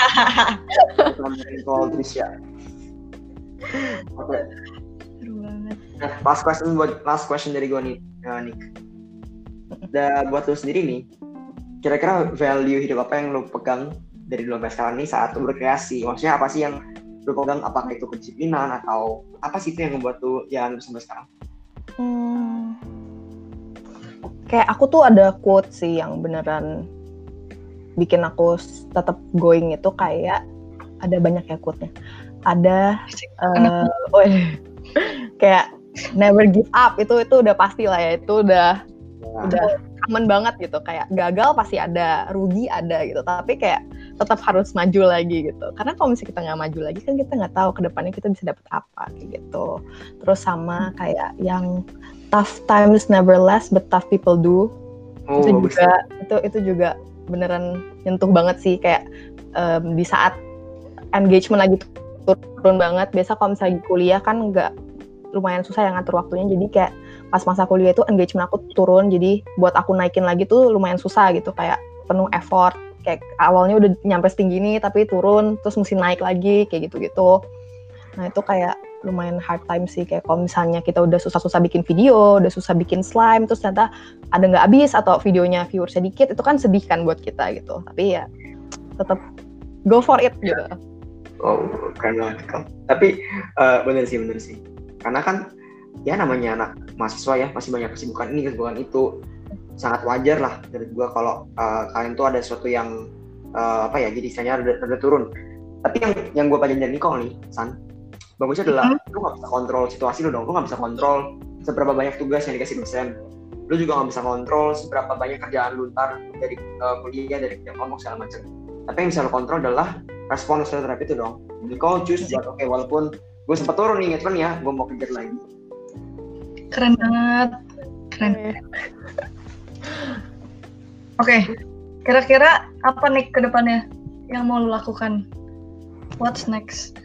Salam dari Nicole Trisha. Oke. Seru banget. Nah, last question dari gue nih, Nick. Buat lo sendiri nih, kira-kira value hidup apa yang lo pegang dari dulu sampai sekarang nih saat lo berkreasi? Maksudnya apa sih yang lo pegang? Apakah itu kedisiplinan atau apa sih itu yang membuat lo jalan sampai sekarang? Kayak aku tuh ada quote sih yang beneran bikin aku tetap going, itu kayak ada banyak ya quote-nya. Ada kayak never give up, itu udah pasti lah ya, itu udah common banget gitu. Kayak gagal pasti ada, rugi ada gitu, tapi kayak tetap harus maju lagi gitu. Karena kalau misalnya kita nggak maju lagi kan kita nggak tahu kedepannya kita bisa dapet apa kayak gitu. Terus sama kayak yang tough times never last but tough people do. Itu juga beneran nyentuh banget sih, kayak di saat engagement lagi turun banget. Biasa kalau misalnya kuliah kan nggak, lumayan susah yang ngatur waktunya, jadi kayak pas masa kuliah itu engagement aku turun, jadi buat aku naikin lagi tuh lumayan susah gitu, kayak penuh effort, kayak awalnya udah nyampe setinggi ini tapi turun terus mesti naik lagi kayak gitu-gitu. Nah itu kayak lumayan hard time sih, kayak kalau misalnya kita udah susah-susah bikin video, udah susah bikin slime, terus ternyata ada nggak habis atau videonya viewersnya dikit, itu kan sedih kan buat kita gitu. Tapi ya tetap go for it gitu. Oh, keren banget. Tapi bener sih. Karena kan ya namanya anak mahasiswa ya, masih banyak kesibukan ini, kesibukan itu. Sangat wajar lah dari gue kalau kalian tuh ada sesuatu yang jadi istilahnya rada turun. Tapi yang gue pelajarin dari Nicole nih, San, bagusnya adalah lu gak bisa kontrol situasi lu dong. Lu gak bisa kontrol seberapa banyak tugas yang dikasih dosen. Lu juga gak bisa kontrol seberapa banyak kerjaan lu ntar dari kuliah, dari kerja kelompok segala macam. Tapi yang bisa lu kontrol adalah respon terhadap itu dong. Nicole choose buat oke, walaupun gue sempat turun nih, cuman ya gue mau kejar lagi. Keren banget. Oke, kira-kira apa nih ke depannya yang mau lu lakukan? What's next?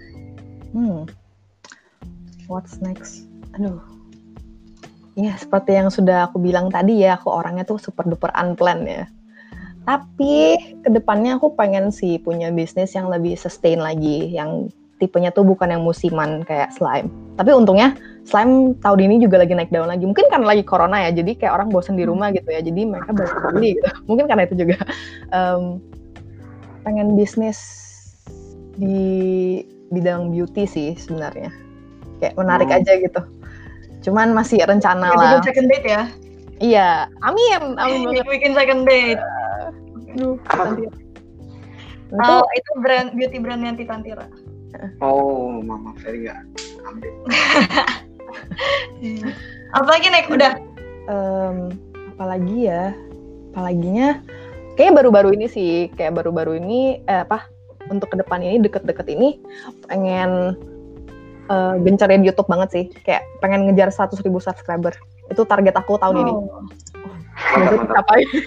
What's next? Aduh. Ya, seperti yang sudah aku bilang tadi ya, aku orangnya tuh super duper unplanned ya. Tapi ke depannya aku pengen sih punya bisnis yang lebih sustain lagi, yang tipenya tuh bukan yang musiman kayak slime. Tapi untungnya slime tahun ini juga lagi naik daun lagi. Mungkin karena lagi corona ya, jadi kayak orang bosan di rumah gitu ya. Jadi mereka beli gitu. Mungkin karena itu juga. Pengen bisnis di bidang beauty sih sebenarnya. Kayak menarik aja gitu. Cuman masih rencana lah. Bikin second date ya? Iya, amin banget. Bikin second date. Itu brand beauty brand Yanti Tantira. Oh, mama saya nggak ambil. Apalagi naik udah? Apalaginya kayak baru-baru ini sih, untuk ke depan ini, deket-deket ini pengen gencarin YouTube banget sih, kayak pengen ngejar 100.000 subscriber. Itu target aku tahun ini. Mantap.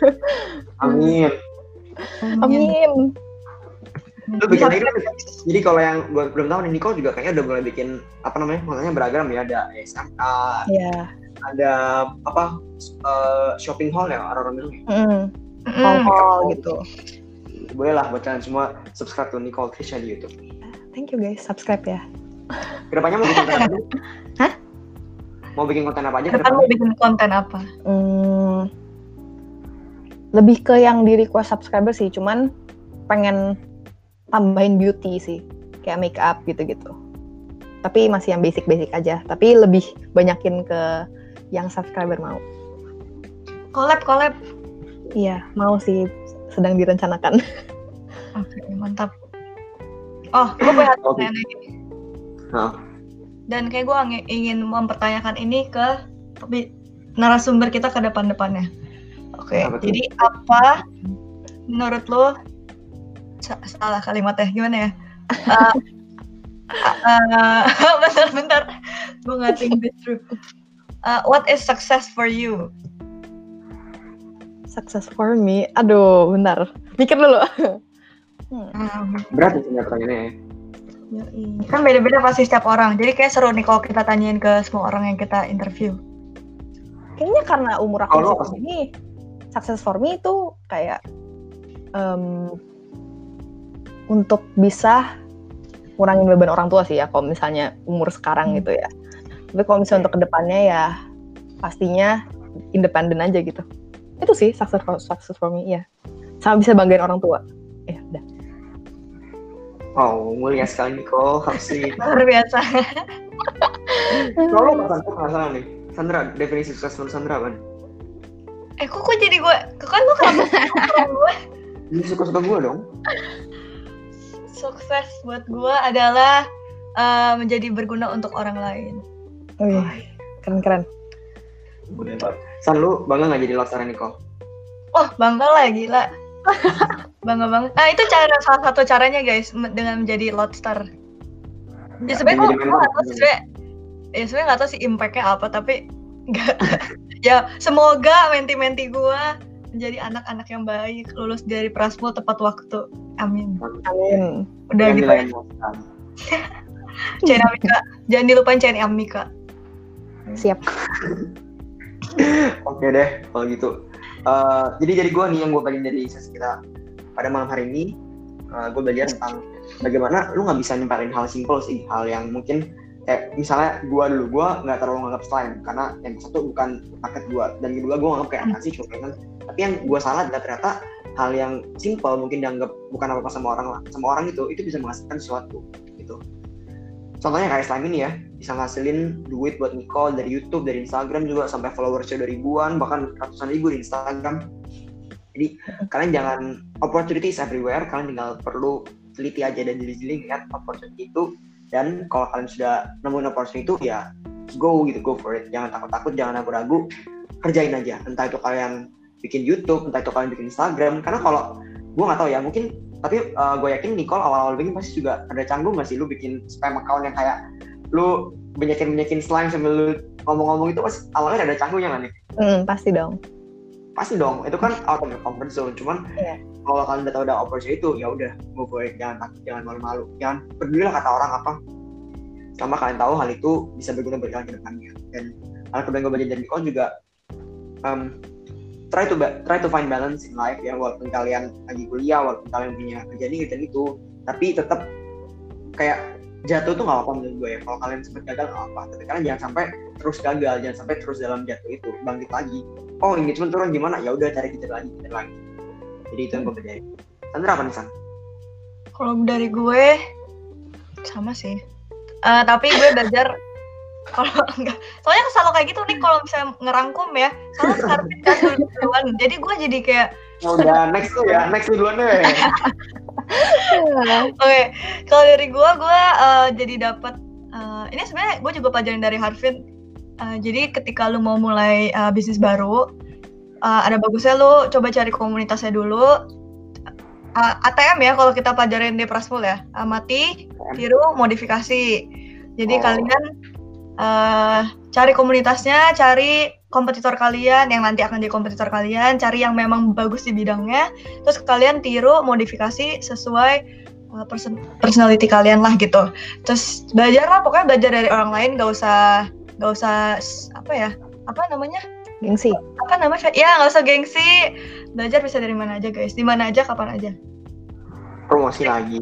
Amin. Lu bikin lagi, jadi kalau yang gue belum tahu nih, Nicole juga kayaknya udah mulai bikin maksudnya beragam ya, ada SMK, ada shopping hall ya orang-orang bilang hall gitu. Boleh lah buat kalian semua subscribe to Nicole Trisha di YouTube. Thank you guys, subscribe ya. Kedepannya mau bikin konten apa? Hah? Mau bikin konten apa aja? Kedepan mau bikin konten apa? Lebih ke yang di request subscriber sih, cuman pengen tambahin beauty sih, kayak make up gitu-gitu. Tapi masih yang basic-basic aja, tapi lebih banyakin ke yang subscriber mau. Collab? Iya, mau sih, sedang direncanakan. Oke, mantap. Oh, gue punya pertanyaan lagi. Dan kayak gue ingin mempertanyakan ini ke narasumber kita ke depan-depannya. Oke, jadi apa menurut lo, salah kalimatnya gimana ya? Bentar, gue nggak think this through. What is success for you? Success for me, aduh, bentar, mikir dulu. Berat sih pertanyaannya ya. Kan beda-beda pasti setiap orang, jadi kayak seru nih kalau kita tanyain ke semua orang yang kita interview. Kayaknya karena umur aku segini, success for me itu kayak untuk bisa ngurangin beban orang tua sih ya, kalau misalnya umur sekarang gitu ya. Tapi kalau misalnya untuk kedepannya ya pastinya independen aja gitu. Itu sih success for me ya. Sama bisa banggain orang tua. Ya udah. Oh, mulia sekali Nicole, harusnya. Luar biasa. Kalau lo penasaran nih, Sandra, definisi sukses menurut Sandra apa? Kok jadi gue? Kan lo kenapa gue? Ini suka-suka gue dong. Sukses buat gue adalah menjadi berguna untuk orang lain. Keren. San, lu bangga nggak jadi Lodster Nicole? Oh, bangga lah, gila. Bangga banget. Nah, itu salah satu caranya guys, dengan menjadi Lodster. Ya sebenarnya gue nggak tahu sih, sebenarnya nggak tahu sih impact-nya apa, tapi nggak. Ya semoga menti-menti gue menjadi anak-anak yang baik, lulus dari Prasmul tepat waktu. Amin. Udah gitu. Cen Amika, jangan dilupain Cen Amika. Siap. Oke deh, kalau gitu. Jadi gue nih yang gue pengen dari sesi kita pada malam hari ini, gue belajar tentang bagaimana lu nggak bisa nyempelin hal simpel sih, hal yang mungkin misalnya gue nggak terlalu nganggap slime karena yang satu bukan market gue, dan kedua gue nganggap kayak apa sih cuma. Tapi yang gue salah adalah ternyata hal yang simpel mungkin dianggap bukan apa-apa sama orang itu bisa menghasilkan sesuatu gitu. Contohnya kayak slime ini ya, bisa ngasilin duit buat Nicole dari YouTube, dari Instagram juga, sampai followersnya udah ribuan, bahkan ratusan ribu di Instagram. Jadi kalian jangan, opportunities everywhere, kalian tinggal perlu teliti aja dan jeli-jeli lihat opportunity itu, dan kalau kalian sudah nemuin opportunity itu ya go for it, jangan takut-takut, jangan ragu-ragu, kerjain aja. Entah itu kalian bikin YouTube, entah itu kalian bikin Instagram, karena kalau gue nggak tahu ya, mungkin tapi gue yakin Nicole awal-awal bikin pasti juga ada canggung nggak sih lu bikin spam account yang kayak lu banyakin slime sambil lu ngomong-ngomong itu, pas awalnya ada canggungnya nggak nih? Pasti dong, itu kan out of your comfort zone. Cuman kalau kalian udah tahu ada opportunity itu, ya udah go for it, jangan takut, jangan malu-malu, jangan peduli lah kata orang apa, selama kalian tahu hal itu bisa berguna bagi kalian ke depannya. Dan hal kedua yang gue belajar dari Nicole juga, try to find balance in life ya, walaupun kalian lagi kuliah, walaupun kalian punya kerjaan ini dan itu, tapi tetap kayak jatuh tuh nggak apa-apa menurut gue ya. Kalau kalian sempat gagal nggak apa-apa, tapi kalian jangan sampai terus gagal, jangan sampai terus dalam jatuh itu, bangkit lagi. Oh engagement turun gimana? Ya udah cari kita lagi. Jadi itu yang gue pelajari. Sandra apa nih San? Kalau dari gue sama sih, tapi gue belajar kalau enggak, soalnya selalu kayak gitu nih kalau misalnya ngerangkum ya, selalu Scarpin kan duluan, jadi gue jadi kayak udah next duluan deh. Oke, kalau dari gue jadi dapat ini sebenarnya gue juga pelajarin dari Harvin. Jadi ketika lu mau mulai bisnis baru, ada bagusnya lu coba cari komunitasnya dulu. ATM ya kalau kita pelajarin di Prasmul ya, amati, tiru, modifikasi. Jadi kalian cari komunitasnya, cari kompetitor kalian yang nanti akan jadi kompetitor kalian, cari yang memang bagus di bidangnya, terus kalian tiru, modifikasi sesuai personality kalian lah gitu. Terus belajar lah, pokoknya belajar dari orang lain, gak usah gengsi. Ya nggak usah gengsi, belajar bisa dari mana aja guys, di mana aja, kapan aja. Promosi lagi.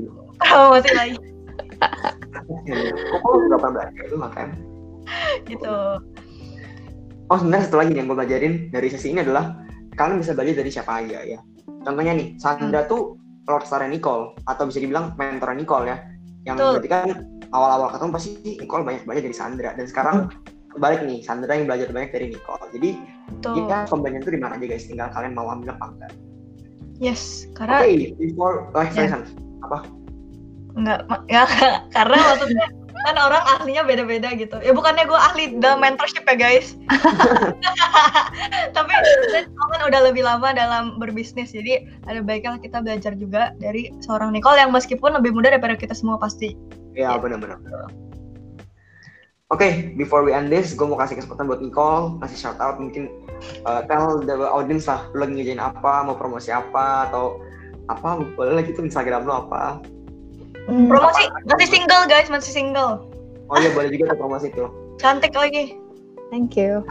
Kok lu gak pernah belajar itu makanya gitu. Oh sebenarnya satu lagi yang gue pelajarin dari sesi ini adalah kalian bisa belajar dari siapa aja ya. Contohnya nih, Sandra tuh Lodster Nicole, atau bisa dibilang mentor Nicole ya. Yang berarti kan awal-awal ketemu pasti Nicole banyak belajar dari Sandra, dan sekarang kebalik nih, Sandra yang belajar banyak dari Nicole. Jadi kita pembelajaran itu di mana aja guys, tinggal kalian mau ambil apa enggak. Yes, karena before apa? Enggak, ya karena maksudnya kan orang ahlinya beda-beda gitu. Ya bukannya gue ahli dalam mentorship ya guys. Tapi kan udah lebih lama dalam berbisnis, jadi ada baiknya kita belajar juga dari seorang Nicole yang meskipun lebih muda daripada kita semua pasti. Ya benar-benar. Oke, before we end this, gue mau kasih kesempatan buat Nicole, kasih shout out, mungkin tell the audience lah, lu lagi ngerjain apa, mau promosi apa, atau apa, boleh lah gitu, Instagram lu apa. Promosi, masih single guys, masih single. Oh iya, boleh juga promosi tuh. Cantik lagi. Thank you.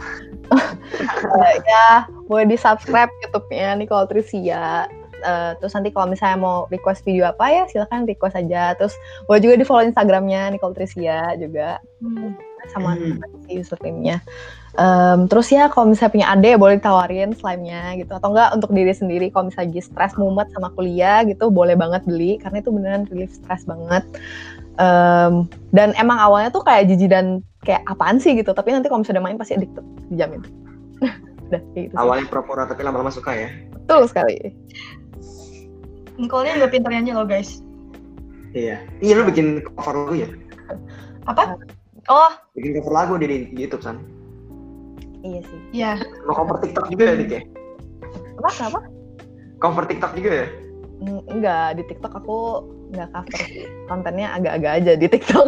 Ya, boleh di subscribe YouTube-nya Nicole Trisia. Terus nanti kalau misalnya mau request video apa ya, silakan request aja. Terus boleh juga di follow Instagram-nya Nicole Trisia juga. sama si username-nya. Terus ya kalau misalnya punya adik boleh ditawarin slime-nya gitu, atau enggak untuk diri sendiri kalau misalnya lagi stres mumet sama kuliah gitu boleh banget beli karena itu beneran relief stres banget. Dan emang awalnya tuh kayak jijik dan kayak apaan sih gitu, tapi nanti kalau misalnya main pasti addicted, dijamin. Udah kayak gitu. Awalnya pura-pura tapi lama-lama suka ya. Betul sekali. Nicole-nya juga pintar nyanyi loh guys. Iya, lu bikin cover lagu ya? Apa? Oh, Bikin cover lagu di YouTube kan? Iya sih. iya. Lo cover TikTok juga ya, Dik ya? Kenapa? Cover TikTok juga ya? Enggak, di TikTok aku nggak cover sih. Kontennya agak-agak aja di TikTok.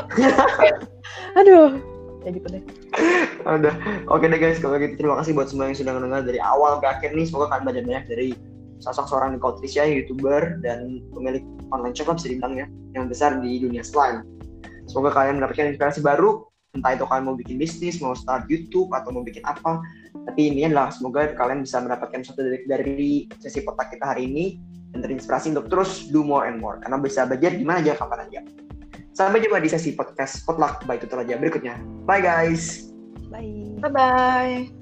Aduh, ya gitu deh. Udah, oke deh guys, kalau gitu terima kasih buat semua yang sudah mendengar dari awal ke akhir nih. Semoga kalian belajar banyak dari sosok seorang Nicole Trisha, YouTuber dan pemilik online shop bisa dibilang ya, yang besar di dunia slime. Semoga kalian mendapatkan inspirasi baru, entah itu kalian mau bikin bisnis, mau start YouTube, atau mau bikin apa. Tapi intinya adalah semoga kalian bisa mendapatkan sesuatu dari sesi potak kita hari ini dan terinspirasi untuk terus do more and more, karena bisa belajar di mana aja, kapan aja. Sampai jumpa di sesi podcast Potluck by Tutor Aja berikutnya. Bye guys. Bye. Bye-bye.